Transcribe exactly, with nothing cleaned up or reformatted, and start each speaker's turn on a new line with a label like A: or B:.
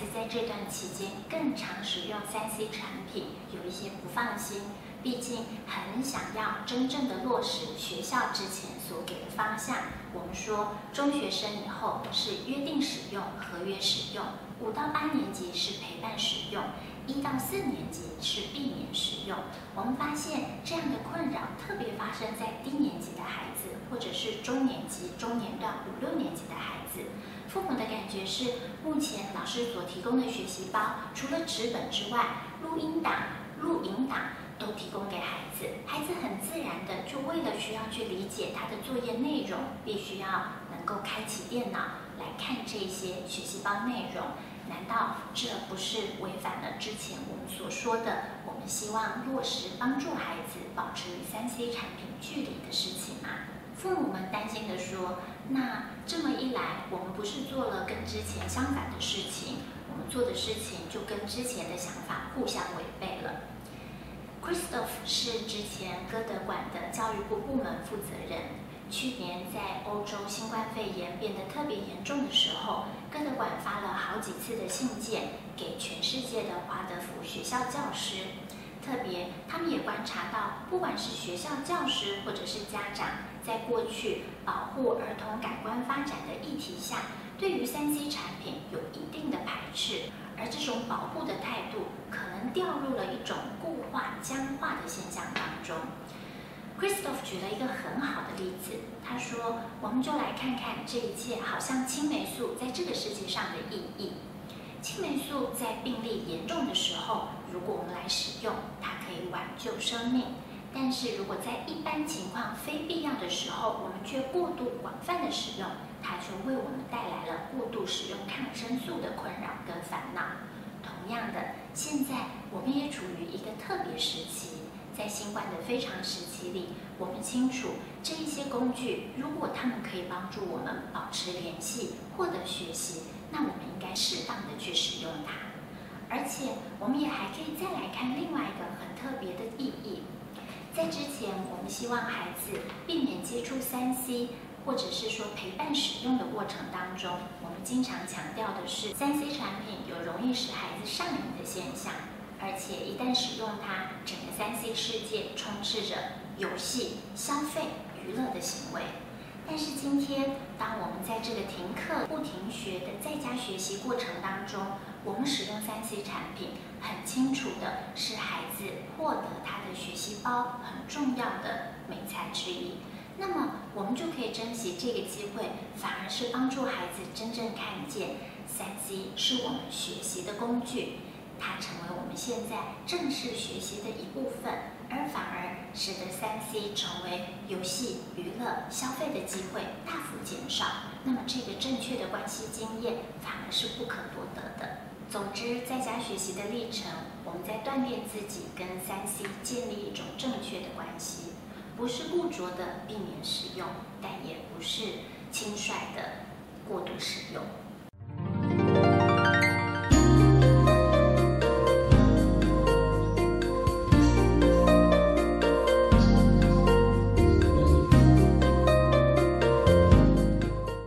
A: 子在这段期间更常使用三 C 产品，有一些不放心，毕竟很想要真正的落实学校之前所给的方向。我们说，中学生以后是约定使用、合约使用；五到八年级是陪伴使用；一到四年级是避免使用。我们发现这样的困扰特别发生在低年级的孩子，或者是中年级、中年段五六年级的孩子。父母的感觉是，目前老师所提供的学习包，除了纸本之外，录音档、录影档都提供给孩子。孩子很自然的就为了需要去理解他的作业内容，必须要能够开启电脑来看这些学习包内容。难道这不是违反了之前我们所说的，我们希望落实帮助孩子保持与三 C 产品距离的事情吗？父母们担心地说，那这么一来，我们不是做了跟之前相反的事情，我们做的事情就跟之前的想法互相违背了。Christoph 是之前哥德馆的教育部部门负责人。去年在欧洲新冠肺炎变得特别严重的时候，哥德馆发了好几次的信件给全世界的华德福学校教师。特别，他们也观察到，不管是学校教师或者是家长，在过去保护儿童感官发展的议题下，对于三 C 产品有一定的排斥，而这种保护的态度可能掉入了一种固化、僵化的现象当中。Christoph 举了一个很好的例子，他说：“我们就来看看这一切，好像青霉素在这个世界上的意义。青霉素在病例严重的时候，如果我们来使用，它可以挽救生命；但是如果在一般情况非必要的时候，我们却过度广泛的使用，它就为我们带来了过度使用抗生素的困扰跟烦恼。同样的，现在我们也处于一个特别时期。”在新冠的非常时期里，我们清楚这一些工具，如果它们可以帮助我们保持联系、获得学习，那我们应该适当的去使用它。而且，我们也还可以再来看另外一个很特别的意义。在之前，我们希望孩子避免接触三 C， 或者是说陪伴使用的过程当中，我们经常强调的是，三 C 产品有容易使孩子上瘾的现象。而且一旦使用它，整个三 C 世界充斥着游戏、消费、娱乐的行为。但是今天，当我们在这个停课不停学的在家学习过程当中，我们使用三 C 产品，很清楚的是孩子获得他的学习包很重要的美材之一。那么，我们就可以珍惜这个机会，反而是帮助孩子真正看见三 C 是我们学习的工具。它成为我们现在正式学习的一部分，而反而使得三 C 成为游戏、娱乐、消费的机会大幅减少。那么这个正确的关系经验反而是不可多得的。总之，在家学习的历程，我们在锻炼自己跟三 C 建立一种正确的关系，不是固着的避免使用，但也不是轻率的过度使用。